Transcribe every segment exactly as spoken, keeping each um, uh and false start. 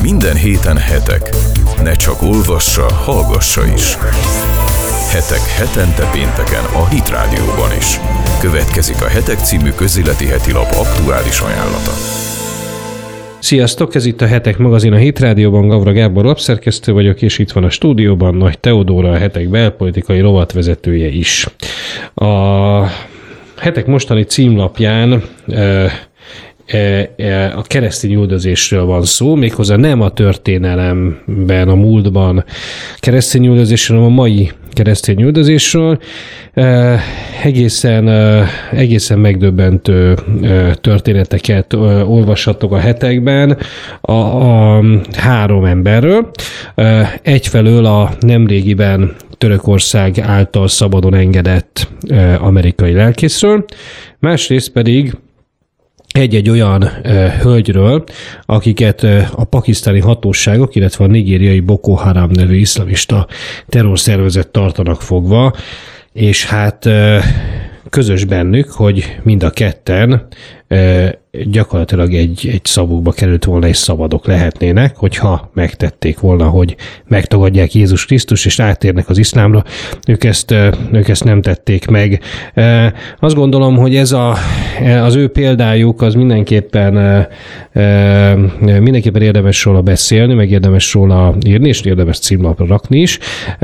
Minden héten hetek. Ne csak olvassa, hallgassa is. Hetek hetente pénteken a Hit Rádióban is. Következik a Hetek című közéleti heti lap aktuális ajánlata. Sziasztok, ez itt a Hetek magazin a Hit Rádióban, Gavra Gábor lapszerkesztő vagyok, és itt van a stúdióban Nagy Teodóra, a Hetek belpolitikai rovatvezetője is. A Hetek mostani címlapján e, e, e, a keresztény üldözésről van szó, méghozzá nem a történelemben, a múltban keresztény üldözésről, hanem a mai keresztény üldözésről. E, egészen, e, egészen megdöbbentő e, történeteket e, olvashatok a hetekben a, a három emberről. E, egyfelől a nemrégiben Törökország által szabadon engedett e, amerikai lelkészről, másrészt pedig egy-egy olyan e, hölgyről, akiket e, a pakisztáni hatóságok, illetve a nigériai Boko Haram nevű iszlamista terrorszervezet tartanak fogva, és hát e, közös bennük, hogy mind a ketten e, gyakorlatilag egy, egy szavukba került volna, és szabadok lehetnének, hogyha megtették volna, hogy megtagadják Jézus Krisztus, és átérnek az iszlámra. Ők ezt, ők ezt nem tették meg. Azt gondolom, hogy ez a, az ő példájuk az mindenképpen, mindenképpen érdemes róla beszélni, meg érdemes róla írni, és érdemes címlapra rakni is,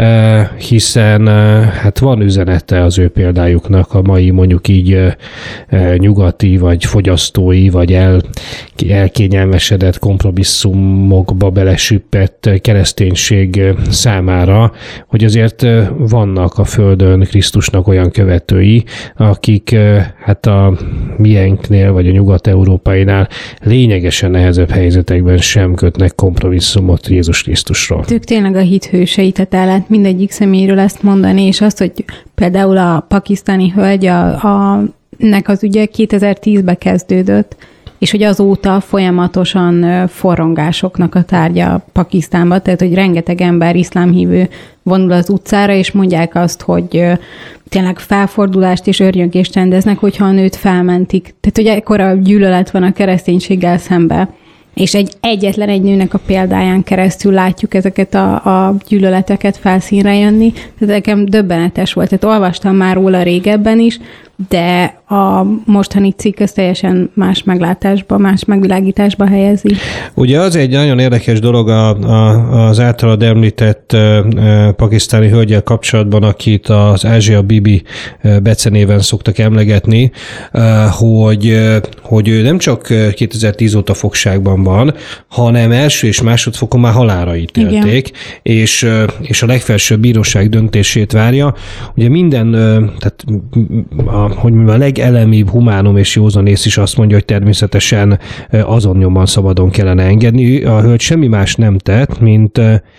hiszen hát van üzenete az ő példájuknak a mai, mondjuk így nyugati, vagy fogyasztói, vagy el, elkényelmesedett kompromisszumokba belesüppett kereszténység számára, hogy azért vannak a földön Krisztusnak olyan követői, akik hát a miénknél, vagy a nyugat-európainál lényegesen nehezebb helyzetekben sem kötnek kompromisszumot Jézus Krisztusról. Ők tényleg a hit hősei, tehát el lehet mindegyik személyről ezt mondani, és azt, hogy például a pakisztáni hölgy a, a nek az ugye kétezer-tízben kezdődött, és hogy azóta folyamatosan forrongásoknak a tárgya Pakisztánban, tehát hogy rengeteg ember iszlámhívő vonul az utcára, és mondják azt, hogy tényleg felfordulást és örjöngést rendeznek, hogyha a nőt felmentik. Tehát hogy ekkora gyűlölet van a kereszténységgel szembe, és egy egyetlen egy nőnek a példáján keresztül látjuk ezeket a, a gyűlöleteket felszínre jönni. Tehát nekem döbbenetes volt. Tehát olvastam már róla régebben is, de a mostani cikk ez teljesen más meglátásba, más megvilágításba helyezi. Ugye az egy nagyon érdekes dolog a, a, az általad említett e, pakisztáni hölgyel kapcsolatban, akit az Ázsia Bibi becenéven szoktak emlegetni, e, hogy, hogy ő nem csak kétezer-tíz óta fogságban van, hanem első és másodfokon már halálra ítélték, és, és a legfelsőbb bíróság döntését várja. Ugye minden, tehát a, hogy a legelemibb humánum és józanész is azt mondja, hogy természetesen azon nyomban szabadon kellene engedni. A hölgy semmi más nem tett, mint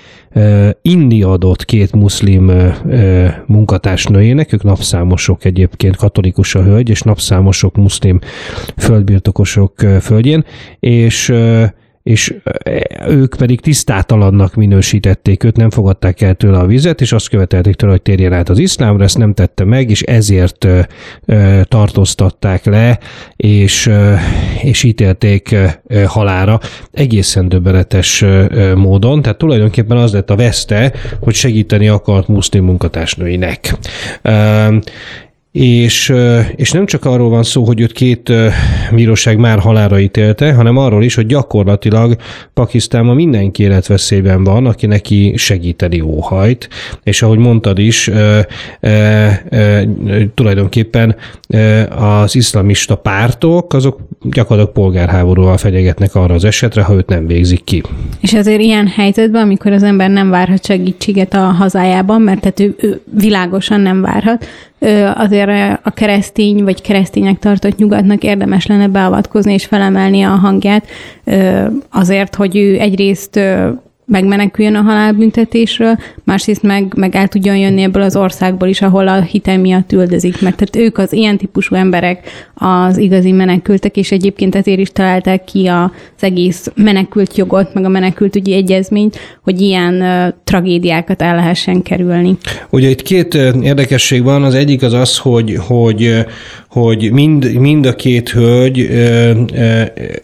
inni adott két muszlim munkatársnőjének, ők napszámosok egyébként, katolikus a hölgy, és napszámosok muszlim földbirtokosok földjén, és és ők pedig tisztátalannak minősítették őt, nem fogadták el tőle a vizet, és azt követelték tőle, hogy térjen át az iszlámra, ezt nem tette meg, és ezért tartóztatták le, és, és ítélték halálra egészen döbbenetes módon, tehát tulajdonképpen az lett a veszte, hogy segíteni akart muszlim munkatársnőinek. És, és nem csak arról van szó, hogy őt két bíróság már halálra ítélte, hanem arról is, hogy gyakorlatilag Pakisztánban mindenki életveszélyben van, aki neki segíteni óhajt, és ahogy mondtad is, e, e, e, tulajdonképpen e, az iszlamista pártok, azok gyakorlatilag polgárháborúval fenyegetnek arra az esetre, ha őt nem végzik ki. És azért ilyen helyzetben, amikor az ember nem várhat segítséget a hazájában, mert tehát ő, ő világosan nem várhat, azért a keresztény vagy keresztények tartott nyugatnak érdemes lenne beavatkozni és felemelni a hangját azért, hogy ő egyrészt megmeneküljön a halálbüntetésről, másrészt meg, meg el tudjon jönni ebből az országból is, ahol a hite miatt üldözik meg. Tehát ők az ilyen típusú emberek az igazi menekültek, és egyébként ezért is találták ki az egész menekült jogot, meg a menekültügyi egyezményt, hogy ilyen uh, tragédiákat el lehessen kerülni. Ugye itt két érdekesség van, az egyik az az, hogy, hogy, hogy mind, mind a két hölgy, ha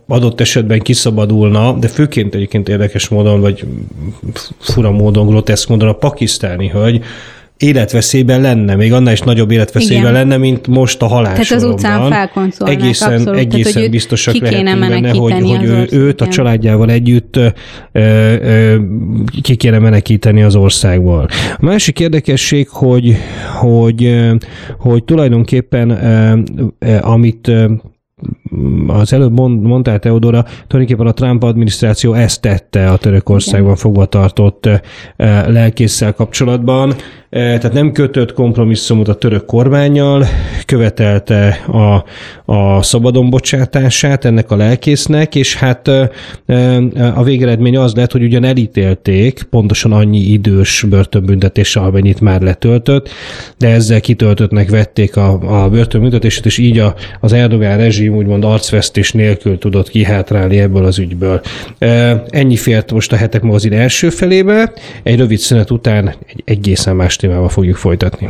adott esetben kiszabadulna, de főként egyébként érdekes módon, vagy fura módon, groteszk módon a pakisztáni hölgy életveszélyben lenne, még annál is nagyobb életveszélyben Igen. lenne, mint most a halálsoromban. Tehát az utcán felkoncolnák, egészen, abszolút. Egészen Tehát, biztosak lehetünk benne, hogy, hogy ő, őt a családjával együtt ö, ö, ki kéne menekíteni az országból. A másik érdekesség, hogy, hogy, hogy tulajdonképpen ö, amit az előbb mond, mondtál, Teodóra, tulajdonképpen a Trump adminisztráció ezt tette a Törökországban fogva tartott lelkésszel kapcsolatban. Tehát nem kötött kompromisszumot a török kormánnyal, követelte a, a szabadon bocsátását ennek a lelkésznek, és hát a végeredmény az lett, hogy ugyan elítélték pontosan annyi idős börtönbüntetéssel, amennyit már letöltött, de ezzel kitöltöttnek vették a, a börtönbüntetését, és így a, az Erdogán rezsim úgymond arcvesztés nélkül tudott kihátrálni ebből az ügyből. Ennyi fért most a Hetek magazin első felébe, egy rövid szünet után egy egészen más témával fogjuk folytatni.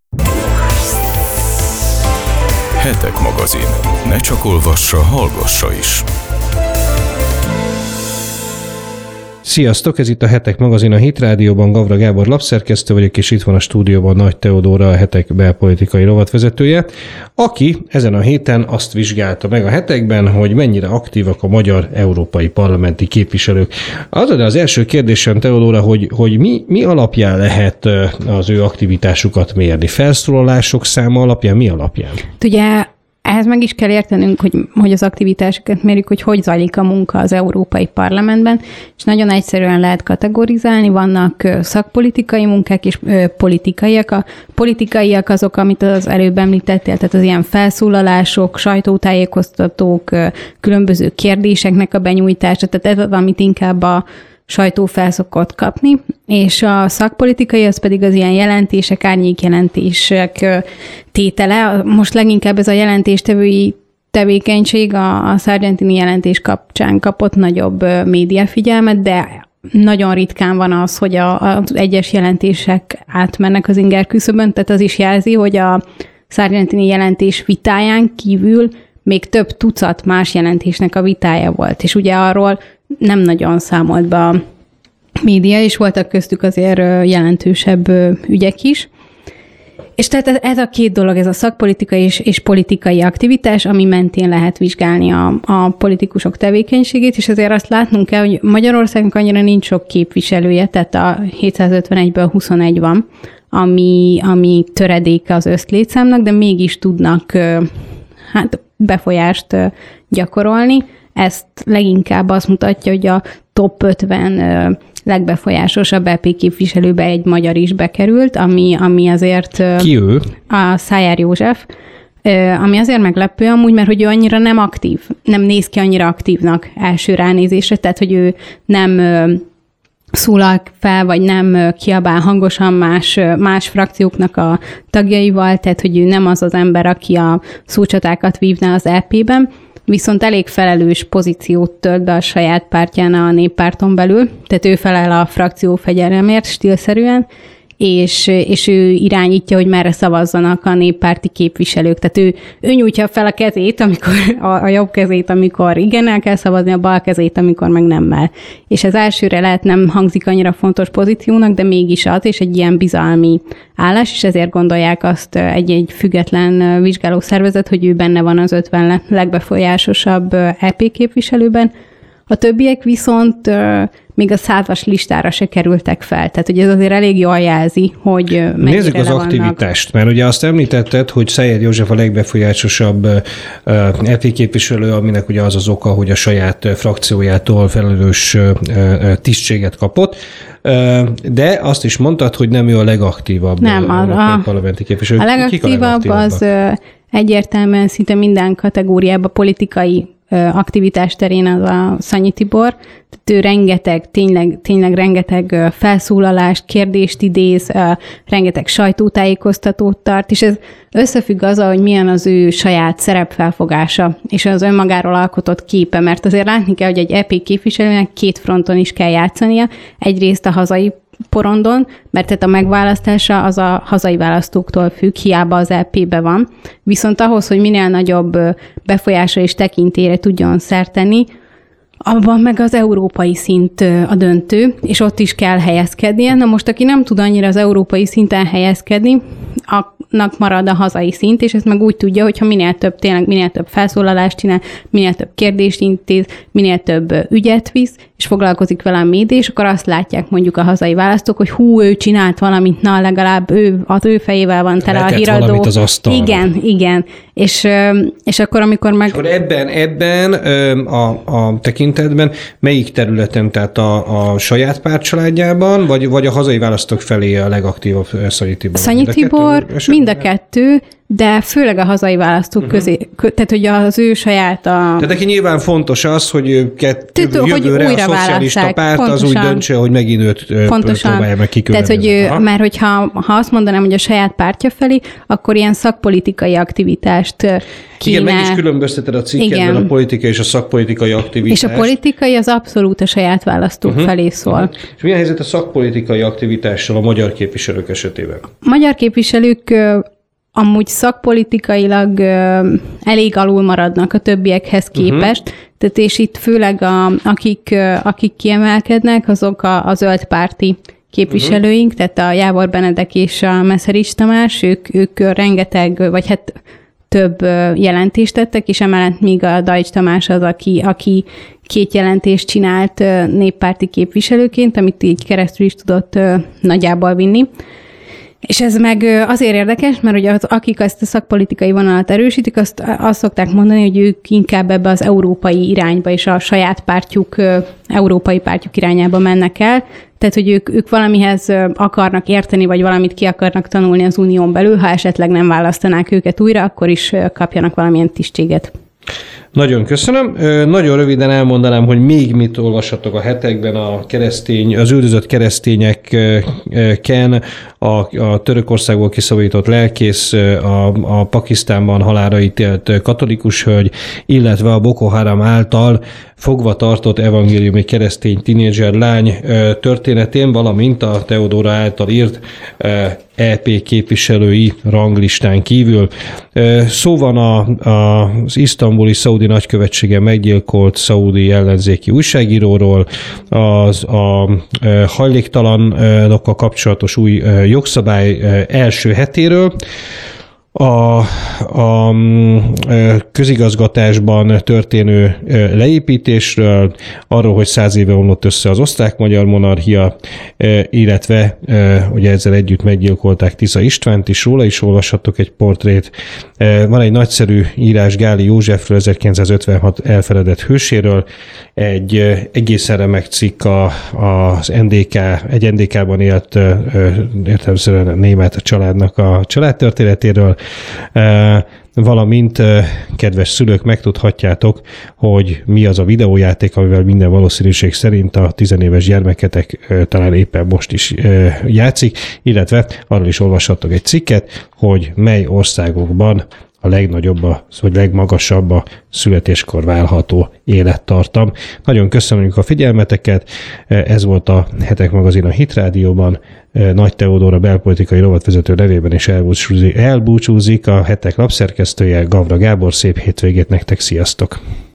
Hetek magazin. Ne csak olvassa, hallgassa is. Sziasztok, ez itt a Hetek magazin a Hit Rádióban, Gavra Gábor lapszerkesztő vagyok, és itt van a stúdióban Nagy Teodóra, a Hetek belpolitikai rovatvezetője, aki ezen a héten azt vizsgálta meg a Hetekben, hogy mennyire aktívak a magyar európai parlamenti képviselők. Az az első kérdésem, Teodóra, hogy, hogy mi, mi alapján lehet az ő aktivitásukat mérni? Felszólalások száma alapján, mi alapján? Ugye ehhez meg is kell értenünk, hogy, hogy az aktivitásokat mérjük, hogy hogy zajlik a munka az Európai Parlamentben, és nagyon egyszerűen lehet kategorizálni, vannak szakpolitikai munkák és ö, politikaiak. A politikaiak azok, amit az előbb említettél, tehát az ilyen felszólalások, sajtótájékoztatók, ö, különböző kérdéseknek a benyújtása, tehát ez az, amit inkább a sajtó fel szokott kapni, és a szakpolitikai az pedig az ilyen jelentések, árnyékjelentések tétele. Most leginkább ez a jelentéstevői tevékenység a, a Sargentini jelentés kapcsán kapott nagyobb médiafigyelmet, de nagyon ritkán van az, hogy a, az egyes jelentések átmennek az inger küszöbön, tehát az is jelzi, hogy a Sargentini jelentés vitáján kívül még több tucat más jelentésnek a vitája volt, és ugye arról nem nagyon számolt be a média, és voltak köztük azért jelentősebb ügyek is. És tehát ez a két dolog, ez a szakpolitikai és, és politikai aktivitás, ami mentén lehet vizsgálni a, a politikusok tevékenységét, és azért azt látnunk kell, hogy Magyarországnak annyira nincs sok képviselője, tehát a hétszázötvenegyből huszonegy van, ami, ami töredéke az összlétszámnak, de mégis tudnak hát, befolyást gyakorolni. Ezt leginkább azt mutatja, hogy a top ötven legbefolyásosabb é pé képviselőbe egy magyar is bekerült, ami, ami azért... Ki ő? A Szájer József, ami azért meglepő amúgy, mert hogy ő annyira nem aktív, nem néz ki annyira aktívnak első ránézésre, tehát hogy ő nem szólal fel, vagy nem kiabál hangosan más, más frakcióknak a tagjaival, tehát hogy ő nem az az ember, aki a szócsatákat vívná az é pében, viszont elég felelős pozíciót tölt be a saját pártján a Néppárton belül, tehát ő felel a frakció fegyelemért stílszerűen, és, és ő irányítja, hogy merre szavazzanak a néppárti képviselők. Tehát ő, ő nyújtja fel a kezét, amikor a, a jobb kezét, amikor igennel kell szavazni, a bal kezét, amikor meg nemmel. És ez elsőre lehet nem hangzik annyira fontos pozíciónak, de mégis az, és egy ilyen bizalmi állás, és ezért gondolják azt egy-egy független vizsgálószervezet, hogy ő benne van az ötven legbefolyásosabb é pé képviselőben. A többiek viszont még a százas listára se kerültek fel. Tehát, hogy ez azért elég jól jelzi, hogy mennyire Nézzük az aktivitást, mert ugye azt említetted, hogy Szájer József a legbefolyásosabb é pé képviselő, aminek ugye az az oka, hogy a saját frakciójától felelős tisztséget kapott, de azt is mondtad, hogy nem ő a legaktívabb nem, a, a parlamenti képviselő. A legaktívabb az egyértelműen szinte minden kategóriában politikai aktivitás terén az a Szanyi Tibor. Tehát ő rengeteg, tényleg, tényleg rengeteg felszólalást, kérdést idéz, rengeteg sajtótájékoztatót tart, és ez összefügg azzal, hogy milyen az ő saját szerepfelfogása, és az önmagáról alkotott képe, mert azért látni kell, hogy egy é pé képviselőnek két fronton is kell játszania. Egyrészt a hazai porondon, mert tehát a megválasztása az a hazai választóktól függ, hiába az é pé-be van. Viszont ahhoz, hogy minél nagyobb befolyásra és tekintélyre tudjon szert tenni, abban meg az európai szint a döntő, és ott is kell helyezkednie. Na most, aki nem tud annyira az európai szinten helyezkedni, annak marad a hazai szint, és ezt meg úgy tudja, hogyha minél több, tényleg minél több felszólalást csinál, minél több kérdést intéz, minél több ügyet visz, és foglalkozik vele a média, és akkor azt látják mondjuk a hazai választók, hogy hú, ő csinált valamit, na legalább ő, az ő fejével van tele letett a híradó. valamit az asztalra. Igen, igen. És, és akkor, amikor meg... És akkor ebben, ebben a, a tekintetben melyik területen, tehát a, a saját pártcsaládjában, vagy, vagy a hazai választók felé a legaktívabb Szanyi Tibor? Szanyi Tibor, mind a kettő, de főleg a hazai választók uh-huh. közé, tehát hogy az ő saját a... Tehát neki nyilván fontos az, hogy őket jövőre a szocialista párt pontosan, az úgy döntse, hogy megint őt pontosan, próbálja meg kiküldeni. Tehát, hogy ő, mert hogyha ha azt mondanám, hogy a saját pártja felé, akkor ilyen szakpolitikai aktivitást kínál. Igen, meg is különbözteted a cikkedben a politikai és a szakpolitikai aktivitást. És a politikai az abszolút a saját választók uh-huh. felé szól. Uh-huh. És milyen helyzet a szakpolitikai aktivitással a magyar képviselők esetében? A magyar képviselők amúgy szakpolitikailag ö, elég alul maradnak a többiekhez képest, uh-huh. tehát és itt főleg a, akik, ö, akik kiemelkednek, azok a, a zöld párti képviselőink, uh-huh. tehát a Jávor Benedek és a Meszerics Tamás, ők, ők rengeteg, vagy hát több jelentést tettek, és emellett még a Dajcs Tamás az, aki, aki két jelentést csinált néppárti képviselőként, amit így keresztül is tudott nagyjából vinni. És ez meg azért érdekes, mert ugye az, akik ezt a szakpolitikai vonalat erősítik, azt, azt szokták mondani, hogy ők inkább ebbe az európai irányba és a saját pártjuk, európai pártjuk irányába mennek el. Tehát, hogy ők, ők valamihez akarnak érteni, vagy valamit ki akarnak tanulni az unión belül, ha esetleg nem választanák őket újra, akkor is kapjanak valamilyen tisztséget. Nagyon köszönöm. Nagyon röviden elmondanám, hogy még mit olvashatok a hetekben a keresztény, az üldözött keresztényeken, a, a Törökországból kiszabadított lelkész, a, a Pakisztánban halálra ítélt katolikus hölgy, illetve a Boko Haram által fogva tartott evangéliumi keresztény tinédzser lány történetén, valamint a Teodóra által írt é pé képviselői ranglistán kívül. Szó van a, a, az isztambuli szaudi nagykövetségen meggyilkolt szaudi ellenzéki újságíróról, az a hajléktalanokkal kapcsolatos új jogszabály első hetéről, A, a közigazgatásban történő leépítésről, arról, hogy száz éve omlott össze az osztrák-magyar monarchia, illetve ugye ezzel együtt meggyilkolták Tisza Istvánt is, róla is olvashattok egy portrét. Van egy nagyszerű írás Gáli Józsefről, ezerkilencszázötvenhat elfeledett hőséről, egy egészen remek cikk az en dé ká, egy en dé ká-ban élt értelemszerűen német családnak a családtörténetéről, valamint kedves szülők, megtudhatjátok, hogy mi az a videójáték, amivel minden valószínűség szerint a tizenéves gyermeketek talán éppen most is játszik, illetve arról is olvashattok egy cikket, hogy mely országokban a legnagyobb, vagy legmagasabb a születéskor várható élettartam. Nagyon köszönjük a figyelmeteket, ez volt a Hetek magazin a Hit Rádióban. Nagy Teodóra belpolitikai rovatvezető nevében is elbúcsúzik, elbúcsúzik a Hetek lapszerkesztője, Gavra Gábor. Szép hétvégét nektek, sziasztok!